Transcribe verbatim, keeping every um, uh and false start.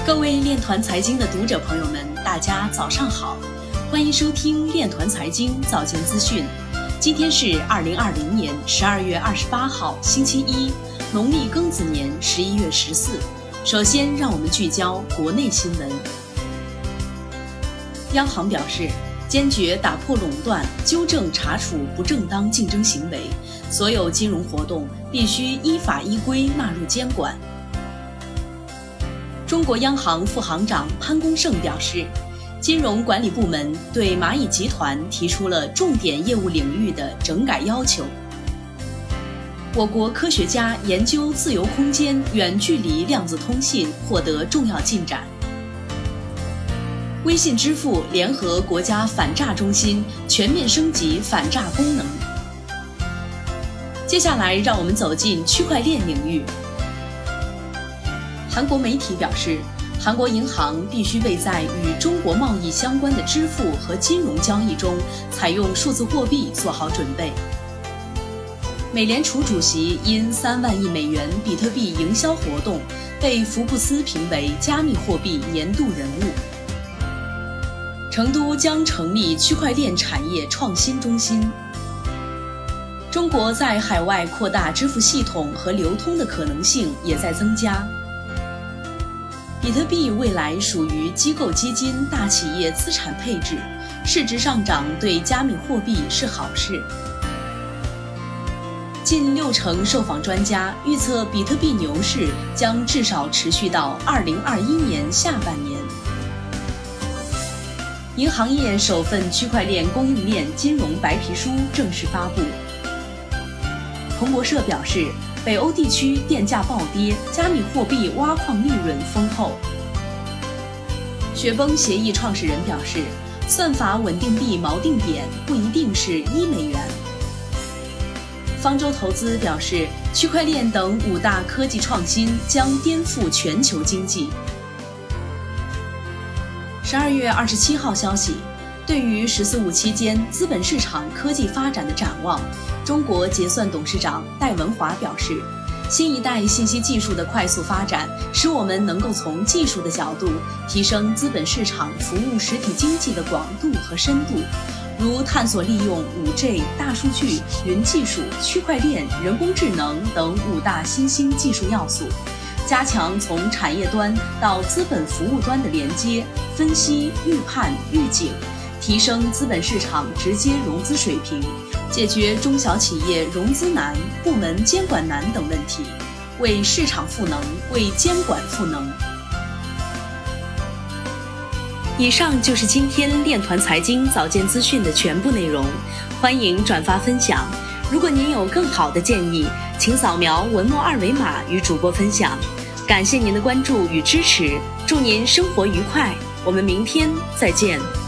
各位链团财经的读者朋友们，大家早上好，欢迎收听链团财经早间资讯。今天是二零二零年十二月二十八号，星期一，农历庚子年十一月十四。首先，让我们聚焦国内新闻。央行表示，坚决打破垄断，纠正查处不正当竞争行为，所有金融活动必须依法依规纳入监管。中国央行副行长潘功胜表示，金融管理部门对蚂蚁集团提出了重点业务领域的整改要求。我国科学家研究自由空间远距离量子通信获得重要进展。微信支付联合国家反诈中心全面升级反诈功能。接下来，让我们走进区块链领域。韩国媒体表示，韩国银行必须为在与中国贸易相关的支付和金融交易中采用数字货币做好准备。美联储主席因三万亿美元比特币营销活动被福布斯评为加密货币年度人物。成都将成立区块链产业创新中心。中国在海外扩大支付系统和流通的可能性也在增加。比特币未来属于机构基金大企业资产配置，市值上涨对加密货币是好事。近六成受访专家预测比特币牛市将至少持续到二零二一年下半年。银行业首份区块链供应链金融白皮书正式发布。彭博社表示，北欧地区电价暴跌，加密货币挖矿利润丰厚。雪崩协议创始人表示，算法稳定币锚定点不一定是一美元。方舟投资表示，区块链等五大科技创新将颠覆全球经济。十二月二十七号消息，对于“十四五”期间资本市场科技发展的展望，中国结算董事长戴文华表示，新一代信息技术的快速发展，使我们能够从技术的角度提升资本市场服务实体经济的广度和深度，如探索利用 五 G、大数据、云技术、区块链、人工智能等五大新兴技术要素，加强从产业端到资本服务端的连接、分析、预判、预警，提升资本市场直接融资水平，解决中小企业融资难、部门监管难等问题，为市场赋能，为监管赋能。以上就是今天链团财经早间资讯的全部内容，欢迎转发分享。如果您有更好的建议，请扫描文末二维码与主播分享。感谢您的关注与支持，祝您生活愉快，我们明天再见。